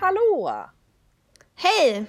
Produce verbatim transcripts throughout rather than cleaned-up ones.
hallå! Hej!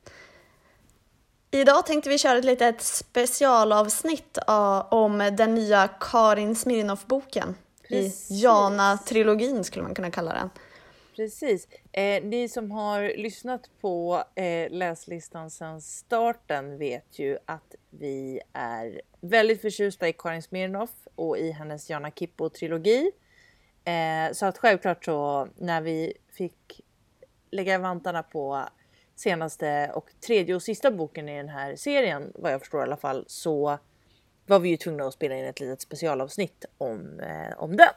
Idag tänkte vi köra ett litet specialavsnitt om den nya Karin Smirnoff-boken. Precis. I Jana-trilogin skulle man kunna kalla den. Precis. Eh, ni som har lyssnat på eh, läslistan sedan starten vet ju att vi är väldigt förtjusta i Karin Smirnoff och i hennes Jana Kippo-trilogi. Eh, så att självklart så när vi fick lägga vantarna på senaste och tredje och sista boken i den här serien, vad jag förstår i alla fall, så var vi ju tvungna att spela in ett litet specialavsnitt om, eh, om den.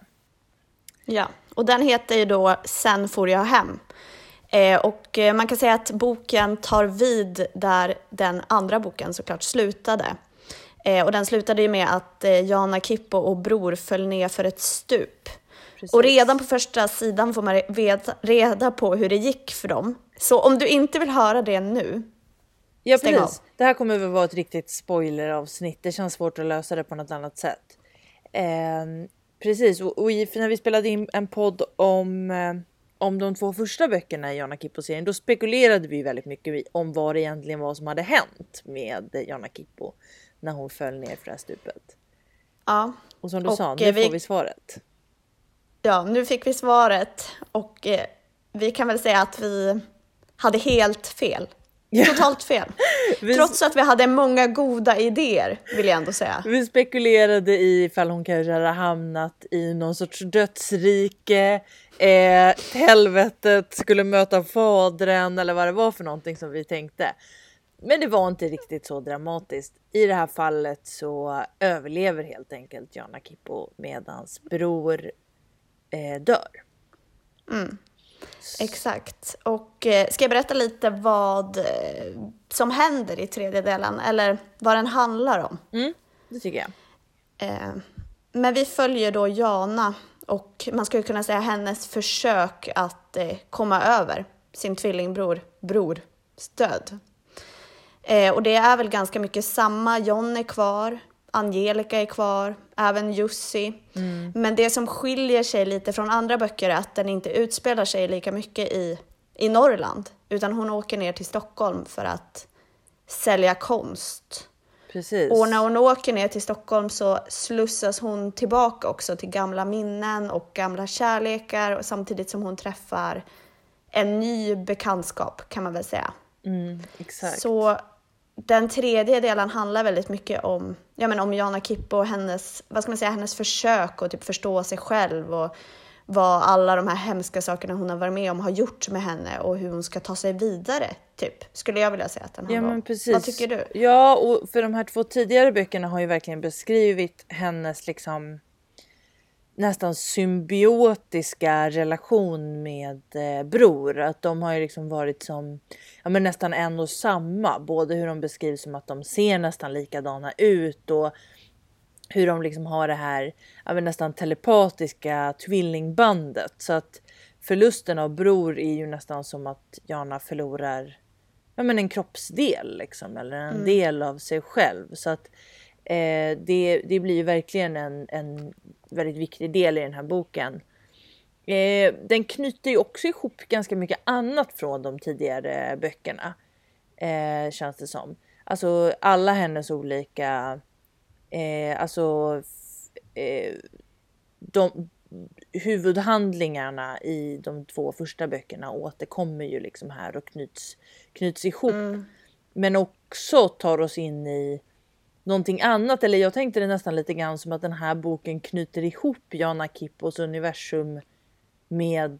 Ja, och den heter ju då Sen får jag hem. Eh, och eh, man kan säga att boken tar vid där den andra boken såklart slutade. Eh, och den slutade ju med att eh, Jana Kippo och Bror föll ner för ett stup. Precis. Och redan på första sidan får man veta, reda på hur det gick för dem. Så om du inte vill höra det nu, ja, precis. Av. Det här kommer väl vara ett riktigt spoileravsnitt. Det känns svårt att lösa det på något annat sätt. Eh, precis, och, och när vi spelade in en podd om, eh, om de två första böckerna i Jana Kippo-serien, då spekulerade vi väldigt mycket om vad det egentligen var som hade hänt med Jana Kippo när hon föll ner för det här stupet. Ja. Och som du och sa, nu vi... får vi svaret. Ja, nu fick vi svaret och eh, vi kan väl säga att vi hade helt fel. Totalt fel. vi... Trots att vi hade många goda idéer, vill jag ändå säga. Vi spekulerade i ifall hon kanske hade hamnat i någon sorts dödsrike. Eh, helvetet skulle möta fadren eller vad det var för någonting som vi tänkte. Men det var inte riktigt så dramatiskt. I det här fallet så överlever helt enkelt Jana Kippo medans bror eh, dör. Mm. Exakt. Och eh, ska jag berätta lite vad eh, som händer i tredje delen eller vad den handlar om? Mm, det tycker jag. Eh, men vi följer då Jana och man skulle kunna säga hennes försök att eh, komma över sin tvillingbror bror stöd. Eh, och det är väl ganska mycket samma. John är kvar, Angelica är kvar, även Jussi. Mm. Men det som skiljer sig lite från andra böcker är att den inte utspelar sig lika mycket i, i Norrland. Utan hon åker ner till Stockholm för att sälja konst. Precis. Och när hon åker ner till Stockholm så slussas hon tillbaka också till gamla minnen och gamla kärlekar. Och samtidigt som hon träffar en ny bekantskap kan man väl säga. Mm, exakt. Så den tredje delen handlar väldigt mycket om, ja, men om Jana Kippo och hennes, vad ska man säga, hennes försök att typ förstå sig själv och vad alla de här hemska sakerna hon har varit med om har gjort med henne och hur hon ska ta sig vidare, typ, skulle jag vilja säga att den handlar ja, om. men precis. Vad tycker du? Ja, och för de här två tidigare böckerna har ju verkligen beskrivit hennes liksom nästan symbiotiska relation med eh, Bror. Att de har ju liksom varit som ja, men nästan en och samma. Både hur de beskrivs som att de ser nästan likadana ut och hur de liksom har det här ja, men nästan telepatiska tvillingbandet. Så att förlusten av Bror är ju nästan som att Jana förlorar ja, men en kroppsdel liksom, eller en mm. del av sig själv. Så att eh, det, det blir ju verkligen en, en väldigt viktig del i den här boken. Eh, den knyter ju också ihop ganska mycket annat från de tidigare böckerna. Eh, känns det som. Alltså alla hennes olika eh, alltså eh, de huvudhandlingarna i de två första böckerna återkommer ju liksom här och knyts, knyts ihop. Mm. Men också tar oss in i någonting annat. Eller jag tänkte det nästan lite grann som att den här boken knyter ihop Jana Kippos universum med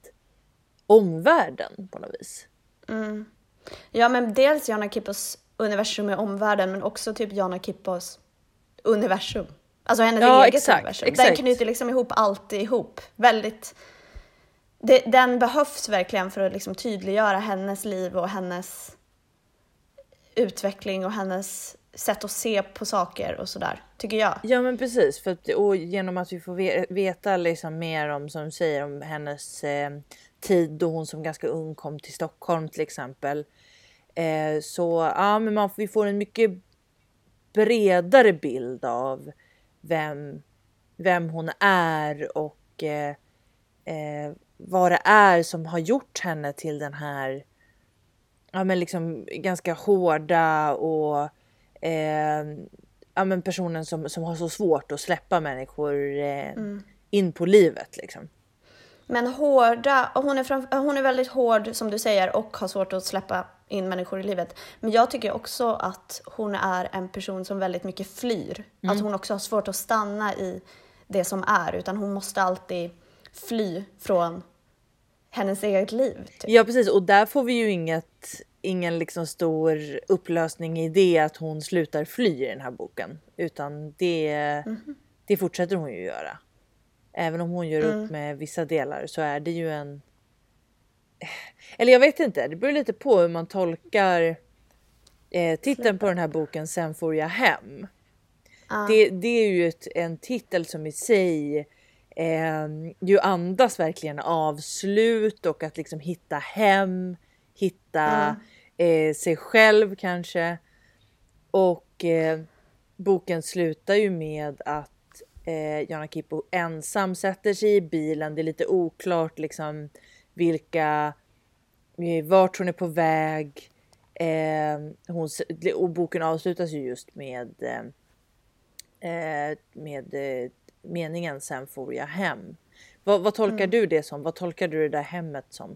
omvärlden på något vis. Mm. Ja, men dels Jana Kippos universum med omvärlden, men också typ Jana Kippos universum. Alltså hennes ja, eget exakt, universum. Exakt. Den knyter liksom ihop allt ihop. Väldigt... Det, den behövs verkligen för att liksom tydliggöra hennes liv och hennes utveckling och hennes sätt att se på saker och sådär, tycker jag. Ja, men precis. För att, och genom att vi får veta liksom mer om, som du säger, om hennes eh, tid då hon som ganska ung kom till Stockholm till exempel. Eh, så ja, men man, vi får en mycket bredare bild av vem, vem hon är och eh, eh, vad det är som har gjort henne till den här ja, men liksom ganska hårda och eh, ja, men personen som, som har så svårt att släppa människor eh, mm. in på livet liksom. Men hårda, och hon är, fram, hon är väldigt hård som du säger och har svårt att släppa in människor i livet. Men jag tycker också att hon är en person som väldigt mycket flyr. Mm. Att hon också har svårt att stanna i det som är, utan hon måste alltid fly från hennes eget liv. Typ. Ja precis, och där får vi ju inget, ingen liksom stor upplösning i det att hon slutar fly i den här boken. Utan det, mm. det fortsätter hon ju göra. Även om hon gör mm. upp med vissa delar så är det ju en... Eller jag vet inte, det beror lite på hur man tolkar eh, titeln på den här boken Sen får jag hem. Ah. Det, det är ju ett, en titel som i sig eh, ju andas verkligen avslut och att liksom hitta hem, hitta mm. eh, sig själv kanske. Och eh, boken slutar ju med att Eh, Jana Kippo ensam sätter sig i bilen. Det är lite oklart liksom vilka, vart hon är på väg. Eh, hon, och boken avslutas ju just med eh, med eh, meningen Sen får jag hem. Vad, vad tolkar mm. du det som? Vad tolkar du det där hemmet som?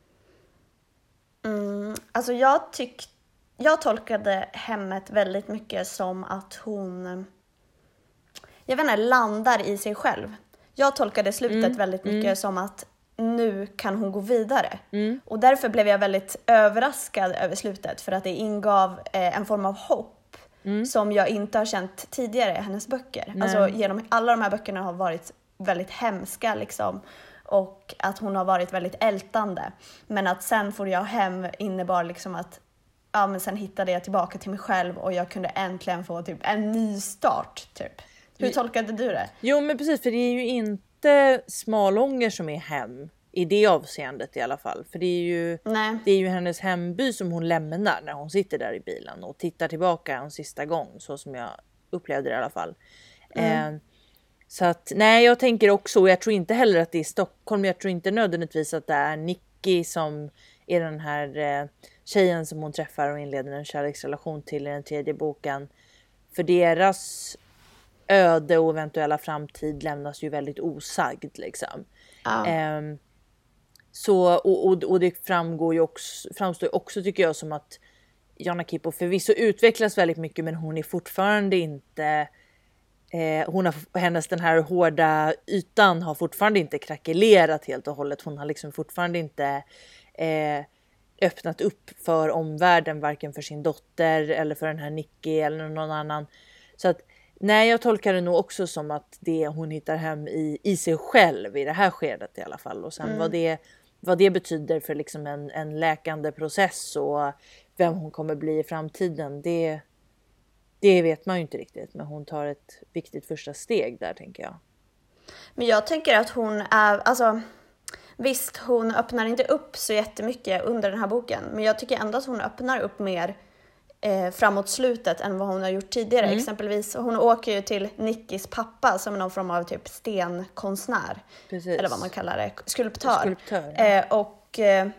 Mm, alltså jag tyck, jag tolkade hemmet väldigt mycket som att hon... Jag vet inte, landar i sig själv. Jag tolkade slutet mm, väldigt mycket mm. som att nu kan hon gå vidare. Mm. Och därför blev jag väldigt överraskad över slutet. För att det ingav eh, en form av hopp mm. som jag inte har känt tidigare i hennes böcker. Nej. Alltså genom alla de här böckerna har varit väldigt hemska liksom. Och att hon har varit väldigt ältande. Men att Sen får jag hem innebar liksom att ja, men sen hittade jag tillbaka till mig själv. Och jag kunde äntligen få typ en ny start typ. Hur tolkade du det? Jo men precis, för det är ju inte Smalånger som är hem i det avseendet i alla fall. För det är ju, Nej. Det är ju hennes hemby som hon lämnar när hon sitter där i bilen och tittar tillbaka en sista gång. Så som jag upplevde det i alla fall. Mm. Eh, så att nej, jag tänker också, och jag tror inte heller att det är Stockholm. Jag tror inte nödvändigtvis att det är Nicky som är den här eh, tjejen som hon träffar och inleder en kärleksrelation till i den tredje boken. För deras öde och eventuella framtid lämnas ju väldigt osagd liksom. Ah. Um, så och, och, och det framgår ju också, framstår ju också tycker jag som att Jana Kippo förvisso utvecklas väldigt mycket, men hon är fortfarande inte eh, hon har, hennes den här hårda ytan har fortfarande inte krackelerat helt och hållet. Hon har liksom fortfarande inte eh, öppnat upp för omvärlden, varken för sin dotter eller för den här Nicky eller någon annan. Så att nej, jag tolkar det nog också som att det hon hittar hem i, i sig själv i det här skedet i alla fall. Och sen mm. vad, det, vad det betyder för liksom en, en läkande process och vem hon kommer bli i framtiden, det, det vet man ju inte riktigt. Men hon tar ett viktigt första steg där, tänker jag. Men jag tänker att hon är, alltså visst, hon öppnar inte upp så jättemycket under den här boken. Men jag tycker ändå att hon öppnar upp mer Eh, framåt slutet än vad hon har gjort tidigare. Mm. Exempelvis, hon åker ju till Nickis pappa som är någon form av typ stenkonstnär. Precis. Eller vad man kallar det, skulptör. skulptör ja. eh, och eh,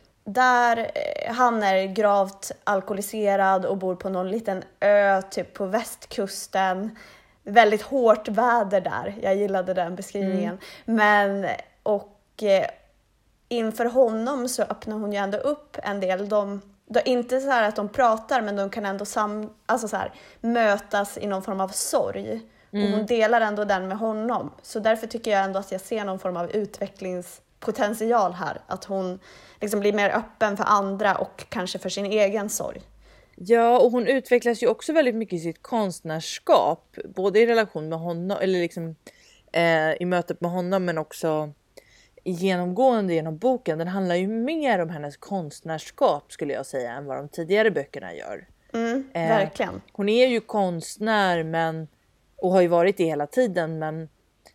där eh, han är gravt alkoholiserad och bor på någon liten ö typ på västkusten. Väldigt hårt väder där. Jag gillade den beskrivningen. Mm. Men och eh, inför honom så öppnar hon ju ändå upp en del. De Det är inte så här att de pratar, men de kan ändå sam, alltså så här, mötas i någon form av sorg. Mm. Och hon delar ändå den med honom. Så därför tycker jag ändå att jag ser någon form av utvecklingspotential här. Att hon liksom blir mer öppen för andra och kanske för sin egen sorg. Ja, och hon utvecklas ju också väldigt mycket i sitt konstnärskap. Både i relation med honom, eller liksom eh, i mötet med honom, men också genomgående genom boken. Den handlar ju mer om hennes konstnärskap skulle jag säga än vad de tidigare böckerna gör. Mm, eh, verkligen. Hon är ju konstnär men, och har ju varit det hela tiden, men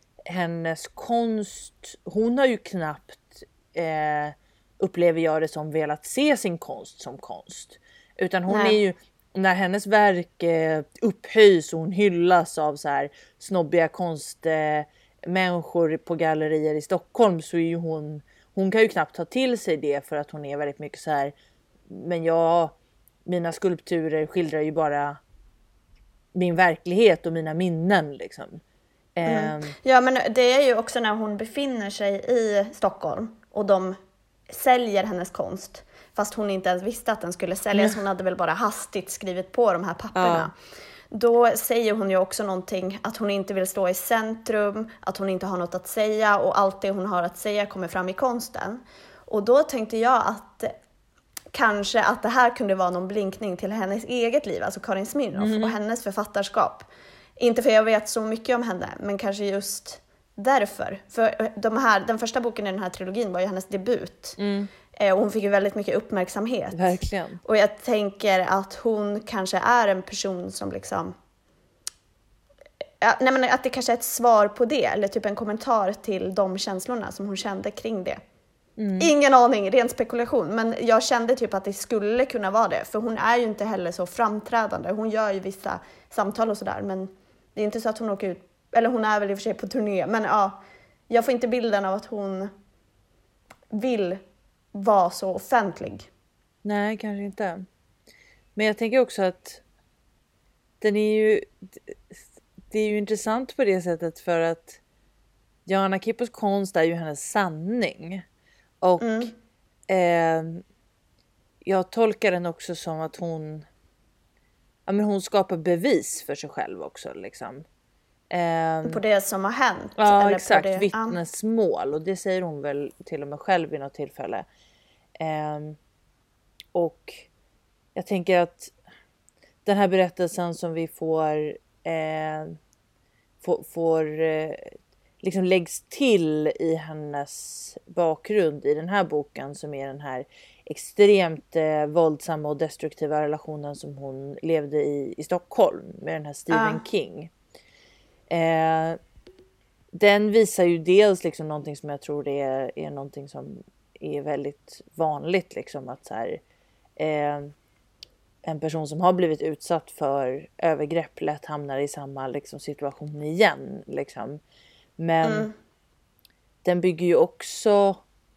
hennes konst, hon har ju knappt eh, upplever jag det som velat se sin konst som konst. Utan hon Nej. är ju, när hennes verk eh, upphöjs och hon hyllas av så här snobbiga konst eh, människor på gallerier i Stockholm, så är ju hon hon kan ju knappt ta till sig det för att hon är väldigt mycket så här, men jag, mina skulpturer skildrar ju bara min verklighet och mina minnen liksom. Mm. Ja, men det är ju också när hon befinner sig i Stockholm och de säljer hennes konst, fast hon inte ens visste att den skulle säljas. Hon hade väl bara hastigt skrivit på de här papperna. Ja. Då säger hon ju också någonting, att hon inte vill stå i centrum, att hon inte har något att säga och allt det hon har att säga kommer fram i konsten. Och då tänkte jag att kanske att det här kunde vara någon blinkning till hennes eget liv, alltså Karin Smirnoff mm. och hennes författarskap. Inte för jag vet så mycket om henne, men kanske just därför. För de här, den första boken i den här trilogin var ju hennes debut. Mm. Och hon fick ju väldigt mycket uppmärksamhet. Verkligen. Och jag tänker att hon kanske är en person som liksom... Ja, nej men att det kanske är ett svar på det. Eller typ en kommentar till de känslorna som hon kände kring det. Mm. Ingen aning, ren spekulation. Men jag kände typ att det skulle kunna vara det. För hon är ju inte heller så framträdande. Hon gör ju vissa samtal och sådär. Men det är inte så att hon åker ut... Eller hon är väl i och för sig på turné. Men ja, jag får inte bilden av att hon vill vara så offentlig. Nej, kanske inte. Men jag tänker också att den är ju... Det är ju intressant på det sättet för att Johanna Kippos konst är ju hennes sanning. Och mm. eh, jag tolkar den också som att hon... Ja, men hon skapar bevis för sig själv också liksom. Um, på det som har hänt. Ja, eller exakt. På det, vittnesmål. Och det säger hon väl till och med själv vid något tillfälle. Um, och jag tänker att den här berättelsen som vi får eh, får, får eh, liksom läggs till i hennes bakgrund i den här boken, som är den här extremt eh, våldsamma och destruktiva relationen som hon levde i i Stockholm med den här Stephen uh. King. Eh, den visar ju dels liksom någonting som jag tror det är, är någonting som är väldigt vanligt liksom, att så här, eh, en person som har blivit utsatt för övergrepp lätt hamnar i samma liksom, situation igen liksom. Men mm. den bygger ju också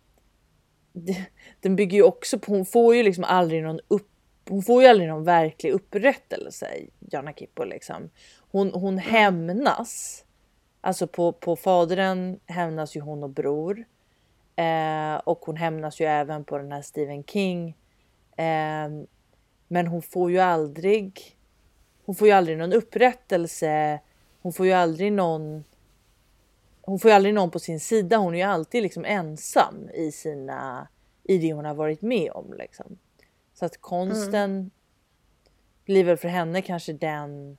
den bygger ju också på, hon får ju liksom aldrig någon upp hon får ju aldrig någon verklig upprättelse, Johanna Kippo liksom. Hon, hon hämnas. Alltså på, på fadern hämnas ju hon och bror. Eh, och hon hämnas ju även på den här Stephen King. Eh, men hon får ju aldrig hon får ju aldrig någon upprättelse. Hon får ju aldrig någon hon får ju aldrig någon på sin sida. Hon är ju alltid liksom ensam i sina i det hon har varit med om liksom. Så att konsten mm. blir väl för henne kanske den...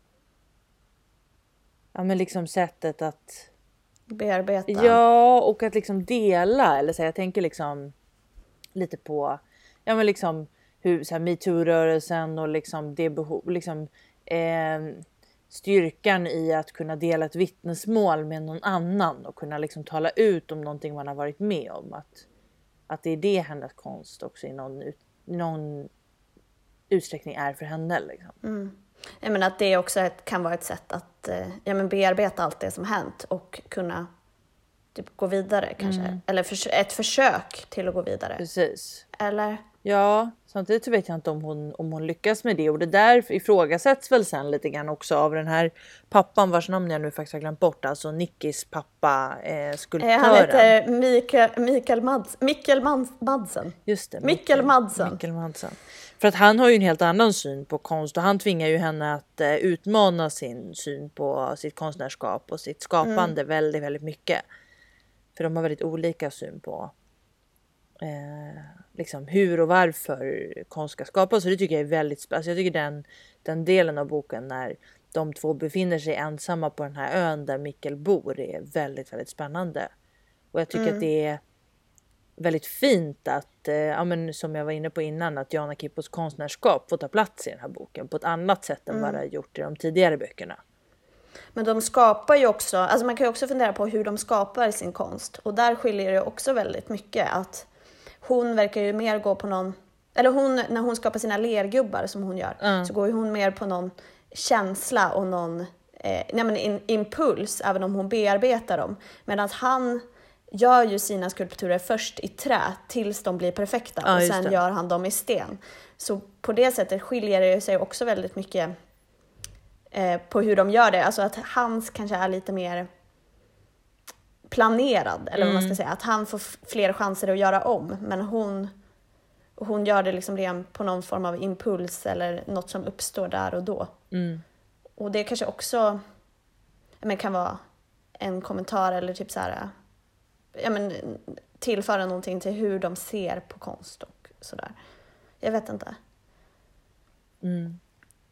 Ja, men liksom sättet att... bearbeta. Ja, och att liksom dela. Eller så jag tänker liksom lite på... Ja, men liksom hur så här MeToo-rörelsen och liksom det behov... Liksom, eh, styrkan i att kunna dela ett vittnesmål med någon annan. Och kunna liksom tala ut om någonting man har varit med om. Att, att det är det hennes konst också i någon ut någon utsträckning är för henne liksom. Mm. Jag menar att det också ett, kan vara ett sätt att eh, ja, men bearbeta allt det som hänt och kunna typ, gå vidare kanske. Mm. Eller för, ett försök till att gå vidare. Precis. Eller? Ja, samtidigt så vet jag inte om hon, om hon lyckas med det. Och det där ifrågasätts väl sen lite grann också av den här pappan vars namn jag nu faktiskt har glömt bort. Alltså Nickis pappa, eh, skulptören. Han heter Mikael, Mikael, Mads, Mikael Madsen. Just det. Mikael Madsen. Mikael Madsen. För att han har ju en helt annan syn på konst. Och han tvingar ju henne att eh, utmana sin syn på sitt konstnärskap och sitt skapande mm. väldigt, väldigt mycket. För de har väldigt olika syn på Eh, liksom hur och varför konst ska skapas. Så det tycker jag är väldigt spännande. Alltså jag tycker den, den delen av boken när de två befinner sig ensamma på den här ön där Mikkel bor är väldigt, väldigt spännande. Och jag tycker mm. att det är väldigt fint att, eh, ja, men som jag var inne på innan, att Johanna Kippos konstnärskap får ta plats i den här boken på ett annat sätt än mm. vad det har gjort i de tidigare böckerna. Men de skapar ju också, alltså man kan ju också fundera på hur de skapar sin konst. Och där skiljer det också väldigt mycket att hon verkar ju mer gå på någon... Eller hon, när hon skapar sina lergubbar som hon gör. Mm. Så går ju hon mer på någon känsla och någon eh, nej men in, impuls. Även om hon bearbetar dem. Medan han gör ju sina skulpturer först i trä tills de blir perfekta Ja, och just sen det. gör han dem i sten. Så på det sättet skiljer det sig också väldigt mycket eh, på hur de gör det. Alltså att hans kanske är lite mer planerad, eller vad man ska Mm. säga. Att han får f- fler chanser att göra om, men hon, hon gör det liksom redan på någon form av impuls eller något som uppstår där och då. Mm. Och det kanske också ja, men kan vara en kommentar eller typ så här, ja, men tillföra någonting till hur de ser på konst och sådär. Jag vet inte. Mm.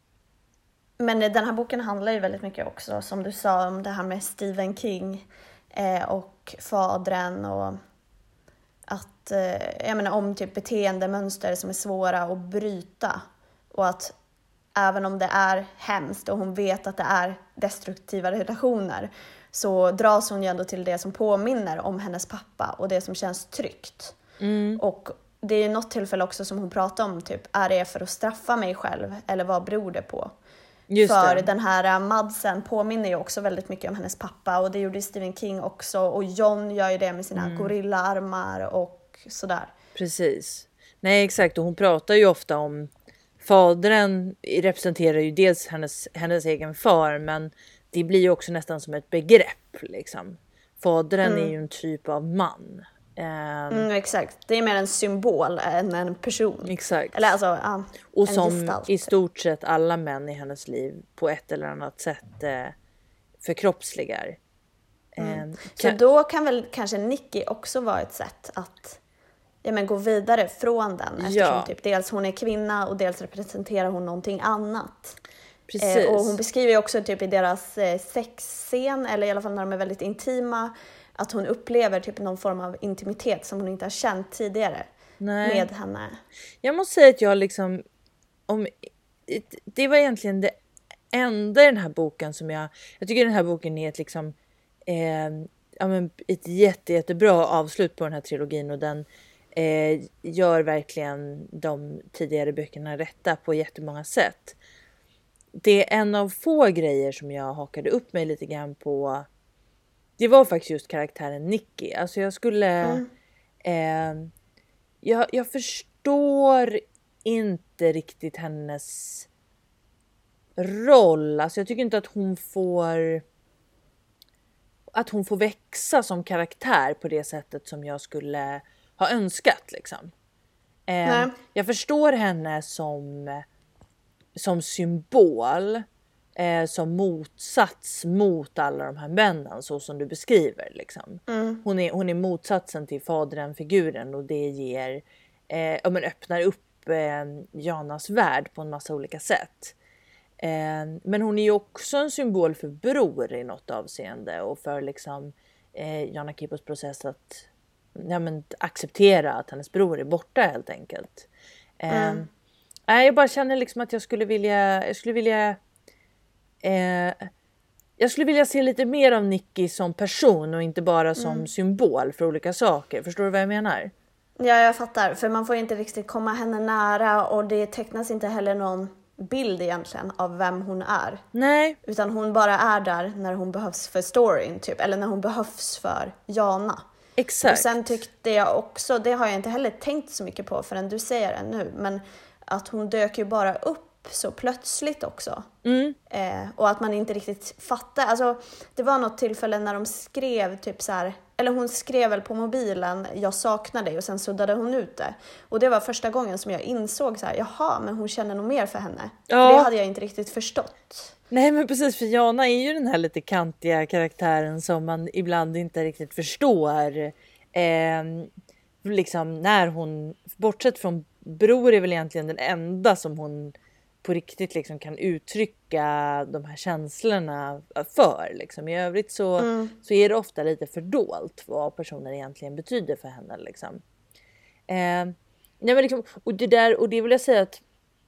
Men den här boken handlar ju väldigt mycket också, som du sa, om det här med Stephen King eh, och fadern och att, eh, jag menar, om typ beteendemönster som är svåra att bryta. Och att även om det är hemskt och hon vet att det är destruktiva relationer, så dras hon ju ändå till det som påminner om hennes pappa och det som känns tryggt. Mm. Och det är något tillfälle också som hon pratar om, typ, är det för att straffa mig själv eller vad beror det på? Just För det. den här Madsen påminner ju också väldigt mycket om hennes pappa, och det gjorde Stephen King också, och John gör ju det med sina Mm. gorillaarmar och sådär. Precis. Nej, exakt. Och hon pratar ju ofta om fadern representerar ju dels hennes, hennes egen far, men det blir ju också nästan som ett begrepp liksom. Fadern Mm. är ju en typ av man. Ehm, Mm, exakt, det är mer en symbol än en person. Exakt. Eller alltså, ja, Och en som gestalt. i stort sett alla män i hennes liv på ett eller annat sätt eh, förkroppsligar. Ehm, Så kan- då kan väl kanske Nicky också vara ett sätt att ja, men gå vidare från den. Eftersom Ja. typ, dels hon är kvinna och dels representerar hon någonting annat. Precis. Eh, och hon beskriver ju också typ i deras eh, sexscen, eller i alla fall när de är väldigt intima, att hon upplever typ någon form av intimitet som hon inte har känt tidigare Nej. med henne. Jag måste säga att jag liksom om, det var egentligen det enda i den här boken som jag jag tycker den här boken är ett liksom eh, ja, men ett jätte, jättebra avslut på den här trilogin, och den eh, gör verkligen de tidigare böckerna rätta på jättemånga sätt. Det är en av få grejer som jag hakade upp mig lite grann på. Det var faktiskt just karaktären Nicky. Alltså jag skulle Mm. eh, jag, jag förstår inte riktigt hennes roll. Alltså jag tycker inte att hon får att hon får växa som karaktär på det sättet som jag skulle ha önskat liksom. Eh, Nej. jag förstår henne som som symbol, eh, som motsats mot alla de här männen så som du beskriver liksom. Mm. Hon är hon är motsatsen till fadern-figuren, och det ger eh, ja, men öppnar upp eh, Janas värld på en massa olika sätt. Eh, men hon är ju också en symbol för Bror i något avseende, och för liksom eh, Jana Kippos process att ja, men, acceptera att hennes bror är borta helt enkelt. Eh, Mm. nej, jag bara känner liksom att jag skulle vilja jag skulle vilja eh, jag skulle vilja se lite mer av Nicky som person och inte bara som Mm. symbol för olika saker. Förstår du vad jag menar? Ja, jag fattar. För man får inte riktigt komma henne nära, och det tecknas inte heller någon bild egentligen av vem hon är. Nej, Utan hon bara är där när hon behövs för storyn typ, eller när hon behövs för Jana. exakt. Och sen tyckte jag också, det har jag inte heller tänkt så mycket på förrän du säger det nu, men att hon dök ju bara upp så plötsligt också. Mm. Eh, och att man inte riktigt fattar. Alltså, det var något tillfälle när de skrev typ så här, eller hon skrev väl på mobilen, jag saknar dig, och sen suddade hon ut det. Och det var första gången som jag insåg så här, jaha, men hon känner nog mer för henne. Ja. För det hade jag inte riktigt förstått. Nej, men precis, för Jana är ju den här lite kantiga karaktären som man ibland inte riktigt förstår. Eh, liksom när hon, bortsett från Bror, är väl egentligen den enda som hon på riktigt liksom kan uttrycka de här känslorna för. Liksom. I övrigt så, Mm. så är det ofta lite fördolt vad personer egentligen betyder för henne. Liksom. Eh, nej, men liksom, och, det där, och det vill jag säga att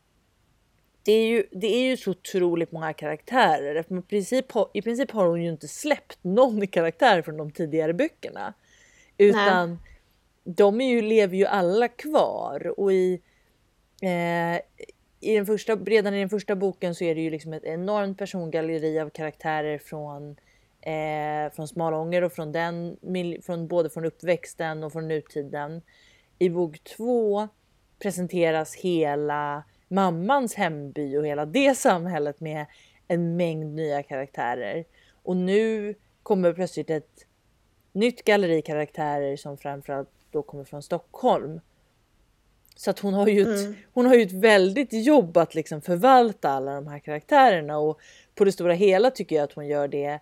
det är ju, det är ju så otroligt många karaktärer. För i, princip, har- I princip har hon ju inte släppt någon karaktär från de tidigare böckerna. Utan de är ju, lever ju alla kvar. Och i, eh, i den första, redan i den första boken så är det ju liksom ett enormt persongalleri av karaktärer från eh, från Smalånger och från den, från, både från uppväxten och från nutiden. I bok två presenteras hela mammans hemby och hela det samhället med en mängd nya karaktärer. Och nu kommer plötsligt ett nytt galleri karaktärer som framförallt då kommer från Stockholm. Så att hon har ju ett, mm. hon har ju ett väldigt jobb att liksom förvalta alla de här karaktärerna. Och på det stora hela tycker jag att hon gör det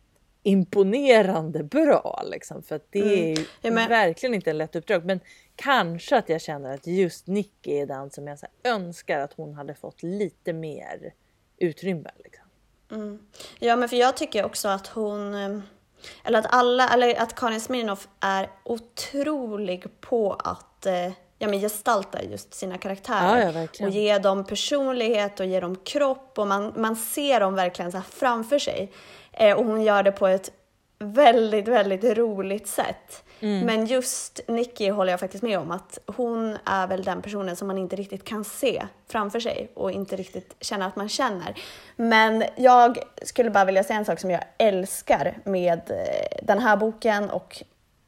imponerande bra. Liksom, för att det mm. är ju ja, men... verkligen inte en lätt uppdrag. Men kanske att jag känner att just Nicky är den som jag så här, önskar att hon hade fått lite mer utrymme. Liksom. Mm. Ja, men för jag tycker också att hon... Eller att alla, eller att Karin Smirnoff är otrolig på att... Ja, men gestalta just sina karaktärer. Ja, ja, och ge dem personlighet och ge dem kropp. Och man, man ser dem verkligen så här framför sig. Eh, och hon gör det på ett väldigt, väldigt roligt sätt. Mm. Men just Nicky håller jag faktiskt med om. Att hon är väl den personen som man inte riktigt kan se framför sig. Och inte riktigt känna att man känner. Men jag skulle bara vilja säga en sak som jag älskar med den här boken. Och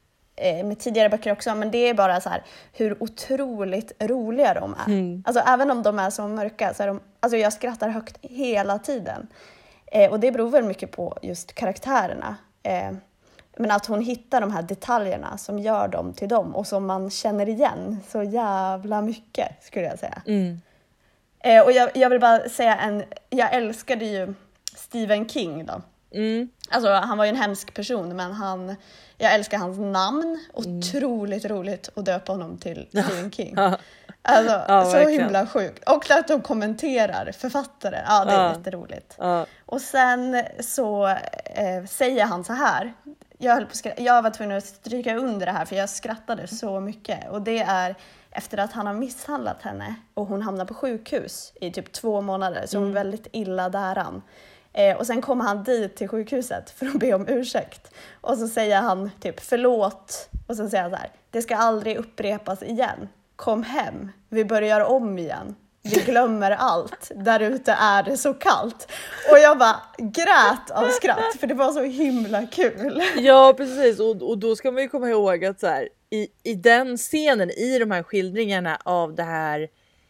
med tidigare böcker också, men det är bara så här hur otroligt roliga de är. Mm. Alltså även om de är så mörka så är de, alltså jag skrattar högt hela tiden. Eh, och det beror väl mycket på just karaktärerna. Eh, men att hon hittar de här detaljerna som gör dem till dem och som man känner igen så jävla mycket, skulle jag säga. Mm. Eh, och jag, jag vill bara säga en, jag älskade ju Stephen King då. Mm. Alltså han var ju en hemsk person, men han, jag älskar hans namn. Otroligt mm. roligt att döpa honom till Stephen King. Alltså ja, så verkligen. Himla sjukt. Och att de kommenterar författare. Ja, det är ja. jätteroligt. Ja. Och sen så eh, säger han så här. Jag, höll på skra- jag var tvungen att stryka under det här för jag skrattade så mycket. Och det är efter att han har misshandlat henne och hon hamnar på sjukhus i typ två månader. Så hon är mm. väldigt illa däran. Eh, och sen kommer han dit till sjukhuset för att be om ursäkt. Och så säger han typ förlåt. Och sen säger han så här: det ska aldrig upprepas igen. Kom hem. Vi börjar om igen. Vi glömmer allt. Där ute är det så kallt. Och jag bara grät av skratt. För det var så himla kul. Ja, precis. Och, och då ska man ju komma ihåg att så här, i, i den scenen, i de här skildringarna av det här,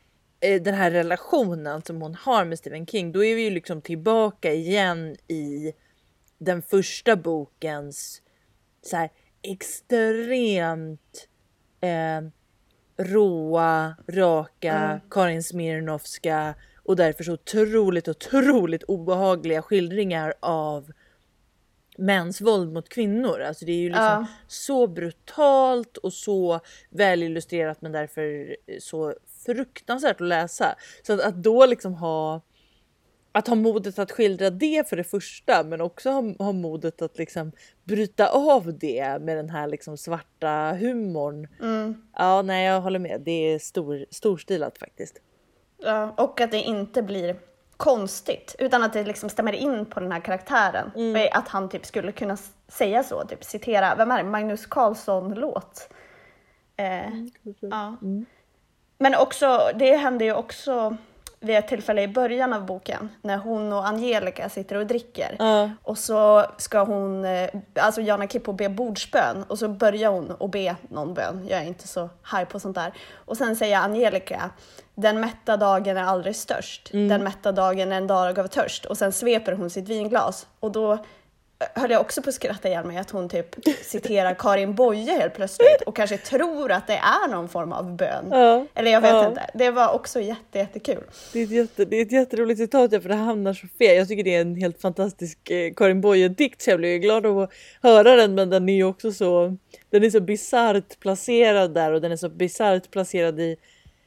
den här relationen som hon har med Stephen King, då är vi ju liksom tillbaka igen i den första bokens så här extremt eh, råa, raka, mm. Karin Smirnoffska och därför så otroligt, otroligt obehagliga skildringar av mäns våld mot kvinnor. Alltså det är ju liksom ja. så brutalt och så välillustrerat, men därför så fruktansvärt att läsa. Så att, att då liksom ha att ha modet att skildra det för det första, men också ha, ha modet att liksom bryta av det med den här liksom svarta humorn. Mm. Ja, nej, jag håller med. Det är stor, storstilat faktiskt. Ja, och att det inte blir konstigt, utan att det liksom stämmer in på den här karaktären. Mm. Att han typ skulle kunna säga så, typ citera, vem är det? Magnus Carlsson-låt. Eh, mm. ja. Mm. Men också, det händer ju också vid ett tillfälle i början av boken när hon och Angelica sitter och dricker. Uh. Och så ska hon, alltså Jana Kippo be bordsbön. Och så börjar hon att be någon bön. Jag är inte så high på sånt där. Och sen säger Angelica: den mätta dagen är aldrig störst. Mm. Den mätta dagen är en dag av törst. Och sen sveper hon sitt vinglas. Och då höll jag också på att skratta ihjäl mig att hon typ citerar Karin Boye helt plötsligt och kanske tror att det är någon form av bön. Ja, eller jag vet ja. inte. Det var också jätte, jättekul. Det är ett, jätte, det är ett jätteroligt citat, för det hamnar så fel. Jag tycker det är en helt fantastisk eh, Karin Boye-dikt, så jag blir glad av att höra den, men den är ju också så, den är så bizarrt placerad där, och den är så bizarrt placerad i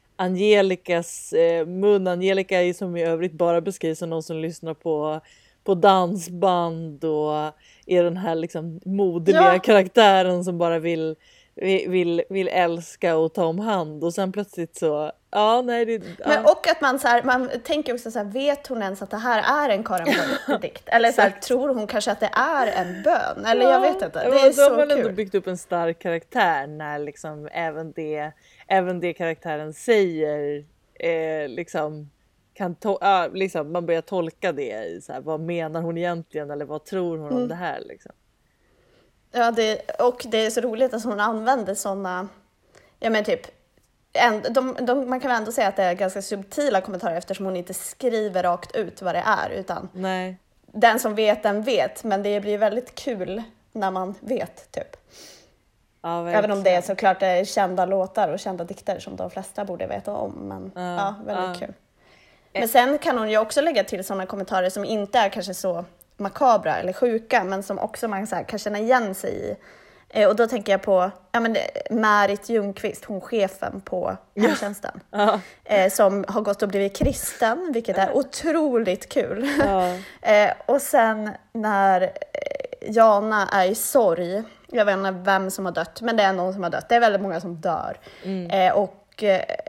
Angelicas eh, mun. Angelica är som i övrigt bara beskrivs som någon som lyssnar på på dansband och är den här liksom moderliga ja. karaktären som bara vill, vill, vill älska och ta om hand, och sen plötsligt så ja, nej det, ja. Men och att man så här, man tänker också så här, vet hon ens att det här är en Karin Boye-dikt? Eller så här, tror hon kanske att det är en bön? Eller ja. jag vet inte, det är ja, så kul. De har ändå kul. byggt upp en stark karaktär när liksom även det, även det karaktären säger eh, liksom kan to- ja, liksom, man börjar tolka det i så här, vad menar hon egentligen eller vad tror hon mm. om det här liksom. Ja, det, och det är så roligt att hon använder sådana, ja men typ, en, de, de, man kan väl ändå säga att det är ganska subtila kommentarer eftersom hon inte skriver rakt ut vad det är, utan Nej. den som vet, den vet, men det blir väldigt kul när man vet, typ. Ja, även om det är såklart är kända låtar och kända dikter som de flesta borde veta om, men ja, ja väldigt ja. kul. Men sen kan hon ju också lägga till sådana kommentarer som inte är kanske så makabra eller sjuka, men som också man så här, kan känna igen sig i. Eh, och då tänker jag på ja, men, Märit Ljungqvist, hon chefen på hemtjänsten. Ja. Eh, som har gått och blivit kristen, vilket är otroligt kul. Ja. eh, och sen när Jana är i sorg, jag vet inte vem som har dött, men det är någon som har dött. Det är väldigt många som dör. Mm. Eh, och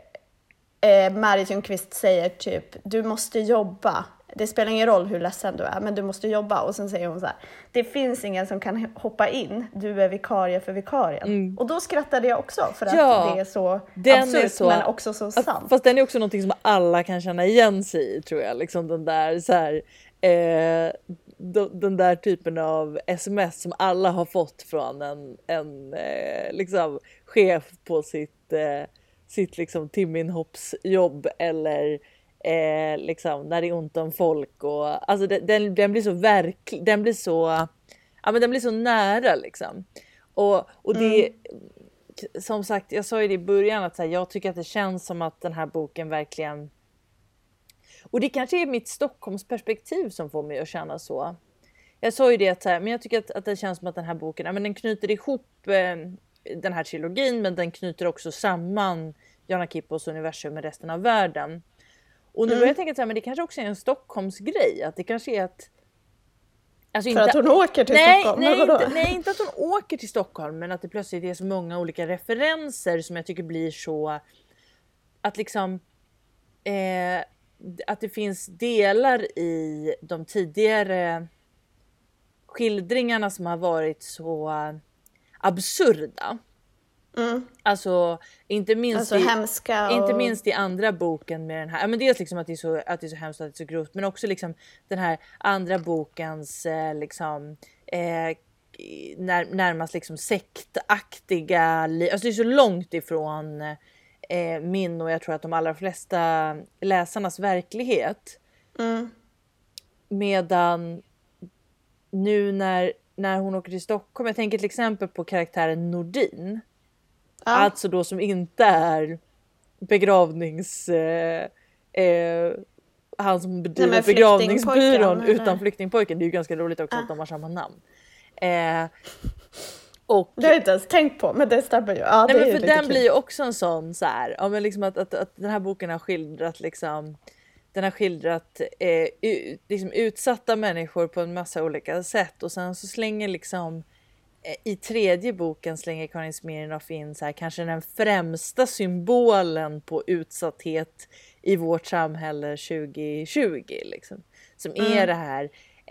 eh, Märit Ljungqvist säger typ, du måste jobba. Det spelar ingen roll hur ledsen du är, men du måste jobba. Och sen säger hon så här, det finns ingen som kan hoppa in. Du är vikarie för vikarien. Mm. Och då skrattade jag också för att ja, det är så absurt, är så, men också så sant. Fast den är också någonting som alla kan känna igen sig i, tror jag. Liksom den där så här, eh, den där typen av sms som alla har fått från en, en eh, liksom, chef på sitt, eh, sitt liksom, timinhoppsjobb eller Eh, liksom, när det är ont om folk och alltså den, den, den blir så verklig, den blir så ja men den blir så nära liksom. Och, och det mm. som sagt, jag sa ju det i början att så här, jag tycker att det känns som att den här boken verkligen, och det kanske är mitt Stockholmsperspektiv som får mig att känna så. Jag sa ju det att så här, men jag tycker att, att det känns som att den här boken, ja men den knyter ihop eh, den här trilogin, men den knyter också samman Jana Kippos universum med resten av världen. Och nu mm. börjar jag tänka så här, men det kanske också är en Stockholmsgrej. Att det kanske är att... Alltså För inte, att hon åker till nej, Stockholm? Nej inte, nej, inte att hon åker till Stockholm. Men att det plötsligt är så många olika referenser som jag tycker blir så... Att liksom... Eh, att det finns delar i de tidigare skildringarna som har varit så absurda. Mm. Alltså inte minst alltså, i, hemska och... inte minst i andra boken med den här, men dels liksom att det är så att det är så hemskt, att det är så grovt, men också liksom den här andra bokens eh, liksom eh, när, närmast liksom sektaktiga, alltså det är så långt ifrån eh, min och jag tror att de allra flesta läsarnas verklighet. Mm. Medan nu när när hon åker till Stockholm, jag tänker till exempel på karaktären Nordin. Ja. Alltså då som inte är begravnings... Eh, eh, han som bedriver Nej, begravningsbyrån utan flyktingpojken. Det är ju ganska roligt också ja. att de har samma namn. Eh, och, det har jag inte ens tänkt på, men det stämmer ju. Ja, Nej, det men är för den kul. blir ju också en sån så här, ja, men liksom att, att, att den här boken har skildrat liksom... Den har skildrat eh, ut, liksom utsatta människor på en massa olika sätt. Och sen så slänger liksom eh, i tredje boken slänger Karin Smirnoff in så här, kanske den främsta symbolen på utsatthet i vårt samhälle tjugo tjugo. Liksom. Som mm. är det här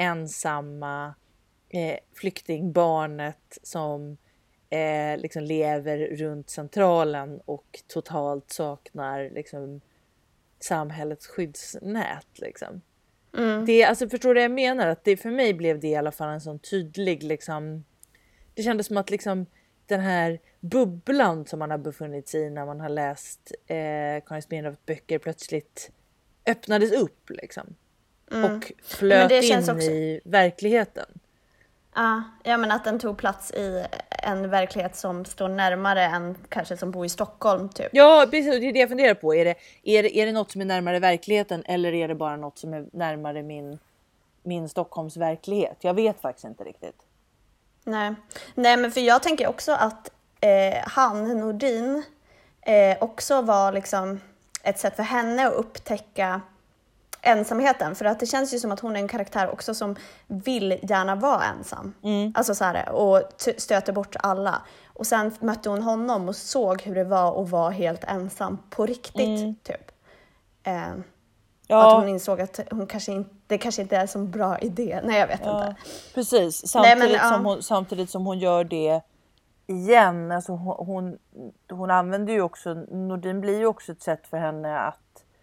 ensamma eh, flyktingbarnet som eh, liksom lever runt centralen och totalt saknar liksom samhällets skyddsnät liksom. Mm. Det, alltså förstår du vad jag menar? Att det, för mig blev det i alla fall en sån tydlig liksom, det kändes som att liksom den här bubblan som man har befunnit sig i när man har läst eh, Karin Smirnoffs böcker plötsligt öppnades upp liksom. Mm. Och flöt in också i verkligheten. Ja, ja, men att den tog plats i en verklighet som står närmare än kanske som bor i Stockholm typ. Ja, precis, det är det jag funderar på. Är det, är det, är det något som är närmare verkligheten eller är det bara något som är närmare min, min Stockholms verklighet? Jag vet faktiskt inte riktigt. Nej, Nej men för jag tänker också att eh, han, Nordin, eh, också var liksom ett sätt för henne att upptäcka ensamheten, för att det känns ju som att hon är en karaktär också som vill gärna vara ensam. Mm. Alltså så här, och t- stöter bort alla. Och sen mötte hon honom och såg hur det var att vara helt ensam på riktigt mm. typ. Eh, ja. Att hon insåg att hon kanske inte, det kanske inte är en så bra idé. Nej, jag vet ja. inte. Precis, samtidigt, Nej, men, som ja. hon, samtidigt som hon gör det igen. Alltså hon, hon, hon använder ju också, Nordin blir ju också ett sätt för henne att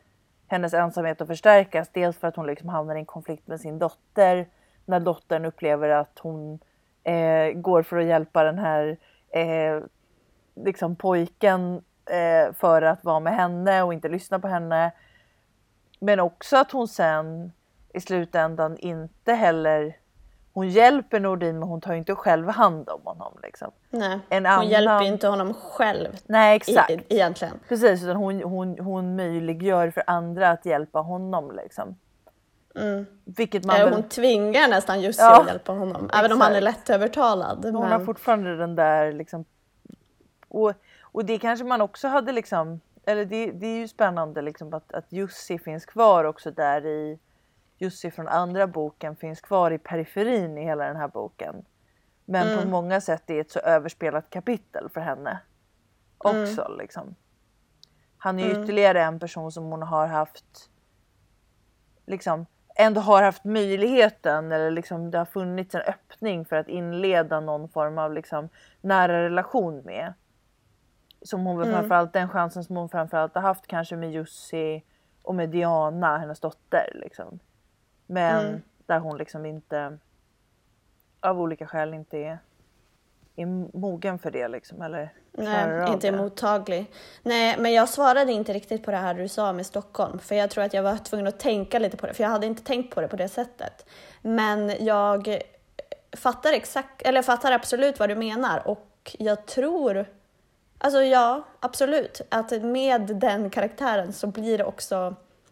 hennes ensamhet att förstärkas. Dels för att hon liksom hamnar i en konflikt med sin dotter. När dottern upplever att hon eh, går för att hjälpa den här eh, liksom pojken eh, för att vara med henne och inte lyssna på henne. Men också att hon sen i slutändan inte heller... Hon hjälper Nordin men hon tar inte själv hand om honom. Liksom. Nej, en hon annan... hjälper inte honom själv. Nej, exakt. E- egentligen. Precis, utan hon, hon, hon möjliggör för andra att hjälpa honom. Liksom. Mm. Vilket man ja, väl... Hon tvingar nästan Jussi ja, att hjälpa honom. exakt. Även om han är lättövertalad. Hon men... har fortfarande den där... Liksom... Och, och det kanske man också hade... Liksom... Eller det, det är ju spännande liksom, att, att Jussi finns kvar också där i... Jussi från andra boken finns kvar i periferin i hela den här boken. Men mm. på många sätt är det ett så överspelat kapitel för henne. Också mm. liksom. Han är ju mm. ytterligare en person som hon har haft... Liksom ändå har haft möjligheten. Eller liksom det har funnits en öppning för att inleda någon form av liksom nära relation med. Som hon väl mm. framförallt, den chansen som hon framförallt har haft kanske med Jussi och med Diana, hennes dotter liksom. Men mm. där hon liksom inte av olika skäl inte är, är mogen för det liksom, eller nej, inte är mottaglig. Nej, men jag svarade inte riktigt på det här du sa med Stockholm, för jag tror att jag var tvungen att tänka lite på det, för jag hade inte tänkt på det på det sättet. Men jag fattar exakt, eller fattar absolut vad du menar, och jag tror, alltså ja, absolut, att med den karaktären så blir det också,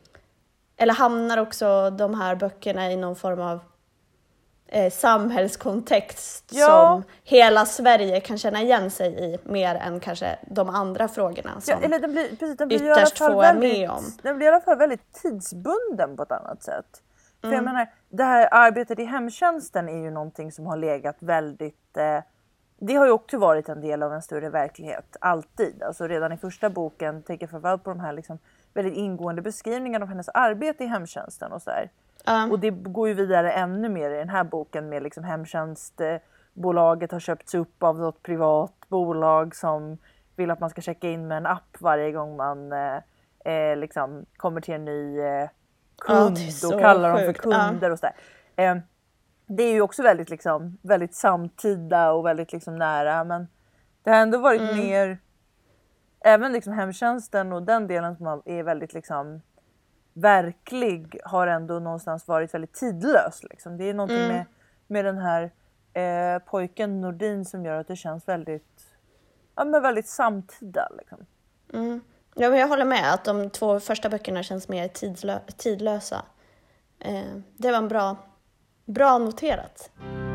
eller hamnar också de här böckerna i någon form av eh, samhällskontext ja. Som hela Sverige kan känna igen sig i, mer än kanske de andra frågorna som ja, eller den blir, precis, den blir ytterst få är med om. Den blir i alla fall väldigt tidsbunden på ett annat sätt. För Mm. jag menar, det här arbetet i hemtjänsten är ju någonting som har legat väldigt... Eh, det har ju också varit en del av en större verklighet, alltid. Alltså redan i första boken, tänker framförallt på de här liksom väldigt ingående beskrivningarna av hennes arbete i hemtjänsten och så där. Um. Och det går ju vidare ännu mer i den här boken med liksom hemtjänstbolaget har köpts upp av något privat bolag som vill att man ska checka in med en app varje gång man eh, liksom kommer till en ny eh, kund ja, och kallar dem för kunder uh. och så där. Eh, det är ju också väldigt liksom väldigt samtida och väldigt liksom nära, men det har ändå varit mm. mer även liksom hemtjänsten och den delen som är väldigt liksom verklig har ändå någonstans varit väldigt tidlös liksom. Det är någonting mm. med, med den här eh, pojken Nordin som gör att det känns väldigt ja, men väldigt samtida liksom. Mm. Ja, men jag håller med att de två första böckerna känns mer tidlö- tidlösa. Eh, det var en bra bra noterat.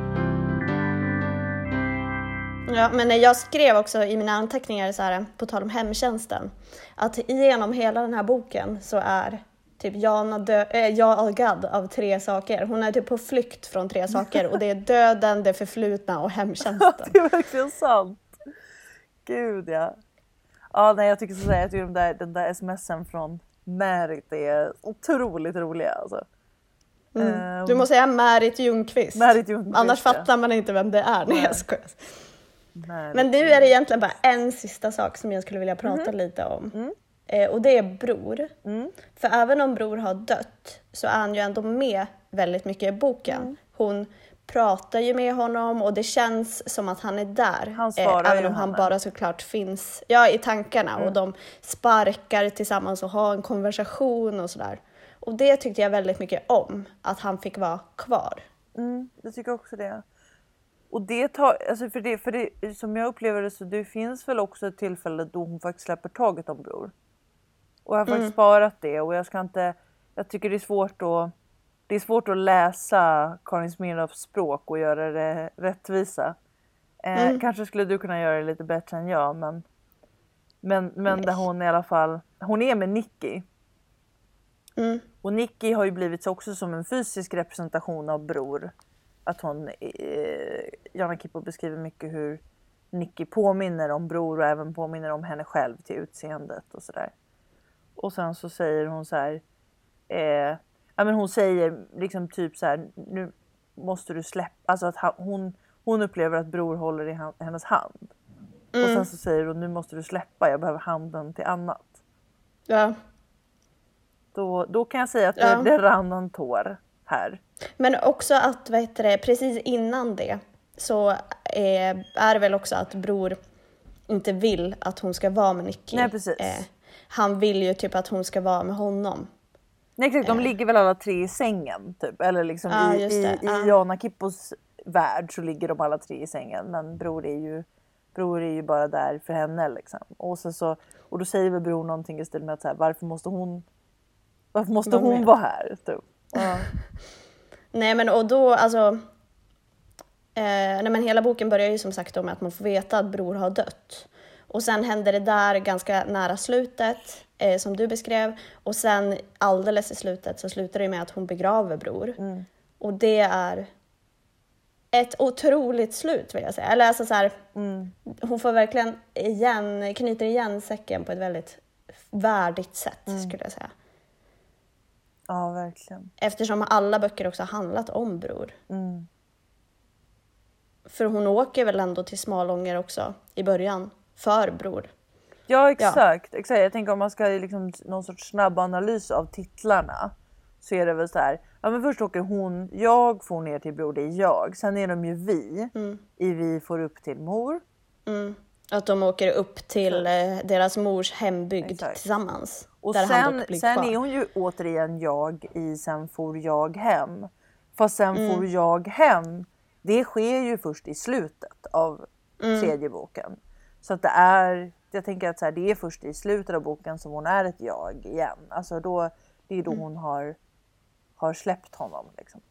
Ja, men jag skrev också i mina anteckningar så här, på tal om hemtjänsten, att genom hela den här boken så är typ Jana dö- äh, jagad av tre saker. Hon är typ på flykt från tre saker, och det är döden, det förflutna och hemtjänsten. Det är verkligen sant. Gud, ja. Ja, nej, jag tycker så att den där, den där sms'en från Märit är otroligt roliga alltså. Mm. Du måste säga Märit Ljungqvist. Märit Ljungqvist. Annars ja. fattar man inte vem det är. Nej, jag skojar. Märit. Men nu är det egentligen bara en sista sak som jag skulle vilja prata mm. lite om. Mm. Eh, och det är Bror. Mm. För även om Bror har dött så är han ju ändå med väldigt mycket i boken. Mm. Hon pratar ju med honom och det känns som att han är där. Han svarar eh, även om henne. han bara såklart finns ja, i tankarna. Mm. Och de sparkar tillsammans och har en konversation och sådär. Och det tyckte jag väldigt mycket om. Att han fick vara kvar. Mm, jag tycker också det. Och det tar, alltså för det, för det, som jag upplever det så det finns väl också ett tillfälle då hon faktiskt släpper taget om Bror. Och jag har faktiskt mm. sparat det och jag ska inte, jag tycker det är svårt att, det är svårt att läsa Karin Smirnoffs språk och göra det rättvisa. Eh, mm. Kanske skulle du kunna göra det lite bättre än jag, men, men, men där hon i alla fall, hon är med Nicky. Mm. Och Nicky har ju blivit så också som en fysisk representation av Bror. Att hon, eh, Jana Kippo beskriver mycket hur Nicky påminner om Bror och även påminner om henne själv till utseendet och sådär. Och sen så säger hon så här, eh, ja men hon säger liksom typ så här, nu måste du släppa, alltså att ha, hon, hon upplever att Bror håller i han, hennes hand. Mm. Och sen så säger hon, nu måste du släppa, jag behöver handen till annat. Ja. då, då kan jag säga att Ja. det, det rann en tår här. Men också att, vad heter det, precis innan det så är, är det väl också att Bror inte vill att hon ska vara med Nicky. Nej, precis. Eh, han vill ju typ att hon ska vara med honom. Nej, exakt, de ligger väl alla tre i sängen typ. Eller liksom Ja, i, just i, det. i Ja. Jana Kippos värld så ligger de alla tre i sängen. Men Bror är ju, bror är ju bara där för henne liksom. Och, så, så, och då säger väl Bror någonting i stil med att så här, varför måste hon, varför måste Var hon med. vara här? Typ. Ja. Nej men och då alltså eh, nej men hela boken börjar ju som sagt om att man får veta att Bror har dött. Och sen händer det där ganska nära slutet eh, som du beskrev. Och sen alldeles i slutet så slutar det med att hon begraver Bror. Mm. Och det är ett otroligt slut vill jag säga. Eller alltså så här, Mm. hon får verkligen igen, knyter igen säcken på ett väldigt värdigt sätt Mm. skulle jag säga. Ja, verkligen. Eftersom alla böcker också har handlat om Bror. Mm. För hon åker väl ändå till Smalånger också i början för Bror. Ja, exakt, exakt. Jag tänker om man ska liksom någon sorts snabb analys av titlarna så är det väl så här. Ja, men först åker hon, jag får ner till Bror, det är jag. Sen är de ju vi. Mm. I vi får upp till mor. Mm. Att de åker upp till eh, deras mors hembygd Exakt. tillsammans. Och där han sen, dock blir sen kvar. är hon ju återigen jag i sen får jag hem. Fast sen Mm. får jag hem. Det sker ju först i slutet av Mm. tredje boken. Så att det är, jag tänker att så här, det är först i slutet av boken som hon är ett jag igen. Alltså då, det är då Mm. hon har, har släppt honom liksom.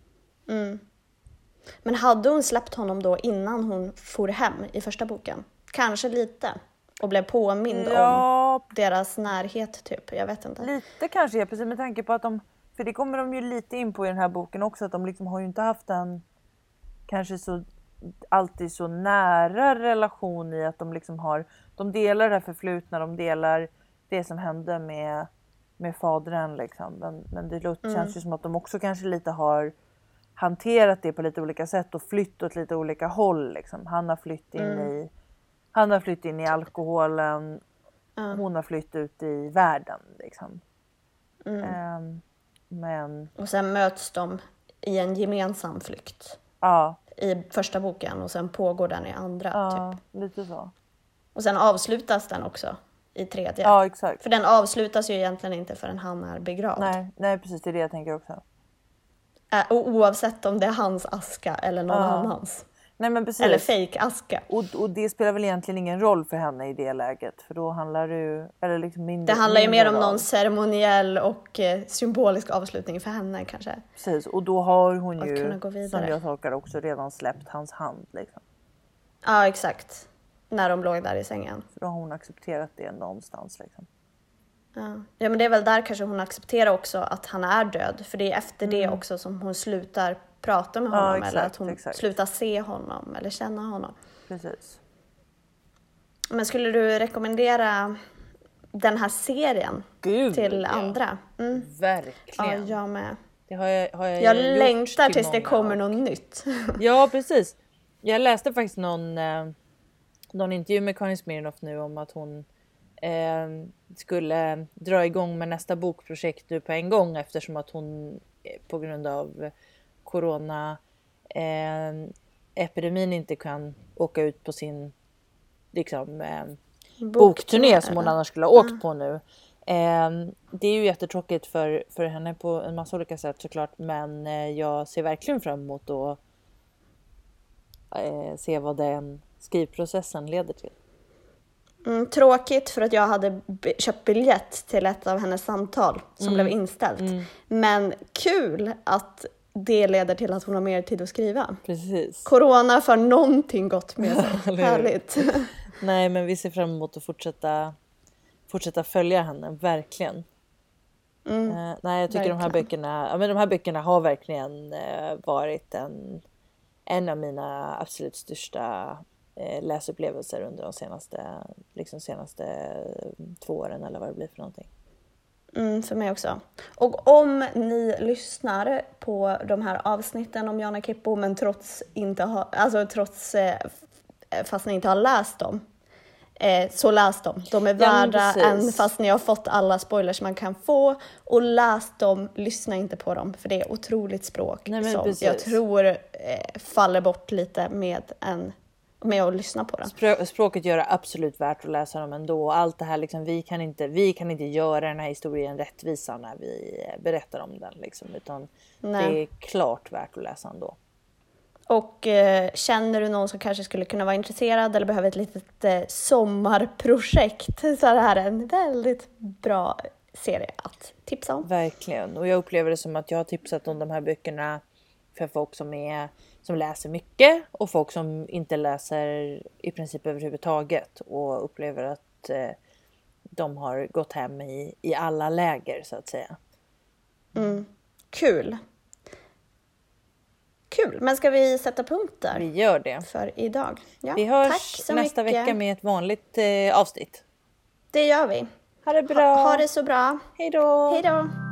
Mm. Men hade hon släppt honom då innan hon for hem i första boken? Kanske lite. Och blev påmind om Ja, deras närhet typ. Jag vet inte. lite kanske, ja, precis med tanke på att de, för det kommer de ju lite in på i den här boken också, att de liksom har ju inte haft en kanske så alltid så nära relation i att de liksom har, de delar det här förflutna, de delar det som hände med, med fadern liksom. Men, men det låter, Mm. känns ju som att de också kanske lite har hanterat det på lite olika sätt och flytt åt lite olika håll liksom. Han har flytt in Mm. i han har flytt in i alkoholen, Ja. hon har flytt ut i världen liksom. Mm. Ehm, men Och sen möts de i en gemensam flykt ja, i första boken och sen pågår den i andra ja typ. lite så. Och sen avslutas den också i tredje. Ja, exakt. För den avslutas ju egentligen inte förrän han är begravd. Nej, nej, precis, det är det jag tänker också. Äh, och oavsett om det är hans aska eller någon Ja. annans. Nej, men precis. Eller fake aska. Och, och det spelar väl egentligen ingen roll för henne i det läget. För då handlar det ju, eller liksom mindre, Det handlar ju mindre mer om roll. någon ceremoniell och eh, symbolisk avslutning för henne kanske. Precis, och då har hon Att ju, kunna gå vidare. som jag tolkar också, redan släppt hans hand. Liksom. Ja, exakt. När de låg där i sängen. För då har hon accepterat det någonstans. Liksom. Ja. ja, men det är väl där kanske hon accepterar också att han är död. För det är efter det Mm. också som hon slutar prata med Ja, honom. exakt, eller att hon exakt. slutar se honom eller känna honom. Precis. Men skulle du rekommendera den här serien Gud, till ja. andra? Mm. Ja, Verkligen. jag med. Det har jag, har jag, Jag gjort längtar till tills det många kommer och- något nytt. Ja, precis. Jag läste faktiskt någon, eh, någon intervju med Karin Smirnoff nu om att hon eh, skulle dra igång med nästa bokprojekt nu på en gång eftersom att hon eh, på grund av corona eh, epidemin inte kan åka ut på sin liksom, eh, bokturné som hon eller? annars skulle ha åkt på nu. Eh, det är ju jättetråkigt för, för henne på en massa olika sätt såklart, men eh, jag ser verkligen fram emot att eh, se vad den skrivprocessen leder till. Mm, tråkigt för att jag hade b- köpt biljett till ett av hennes samtal som Mm. blev inställt. Mm. Men kul att det leder till att hon har mer tid att skriva. Precis. Corona för någonting gott med sig. Eller hur? Härligt. Nej, men vi ser fram emot att fortsätta, fortsätta följa henne, verkligen. Mm. Eh, nej, jag tycker de här verkligen. böckerna, ja, men de här böckerna har verkligen eh, varit en, en av mina absolut största eh, läsupplevelser under de senaste, liksom senaste eh, två åren eller vad det blir för någonting. Mm, för mig också. Och om ni lyssnar på de här avsnitten om Jana Kippo men trots inte ha, alltså trots eh, f- fast ni inte har läst dem. Eh, så läs dem. De är Ja, men värda, precis. även fast ni har fått alla spoilers man kan få. Och läs dem, lyssna inte på dem. För det är otroligt språk Nej, men som precis. jag tror eh, faller bort lite med, en, med att lyssna på den. Spr- språket gör det absolut värt att läsa dem ändå. Allt det här liksom, vi kan inte, vi kan inte göra den här historien rättvisa när vi berättar om den liksom, utan Nej. det är klart värt att läsa ändå. Och eh, känner du någon som kanske skulle kunna vara intresserad eller behöver ett litet eh, sommarprojekt, så är det här en väldigt bra serie att tipsa om. Verkligen. Och jag upplever det som att jag har tipsat om de här böckerna för folk som är som läser mycket och folk som inte läser i princip överhuvudtaget och upplever att eh, de har gått hem i, i alla läger så att säga. Mm. Kul. Kul, men ska vi sätta punkt där? Vi gör det. För idag. Ja, Vi hörs tack så nästa mycket. vecka med ett vanligt eh, avsnitt. Det gör vi. Ha det bra. Ha, ha det så bra. Hej då. Hej då.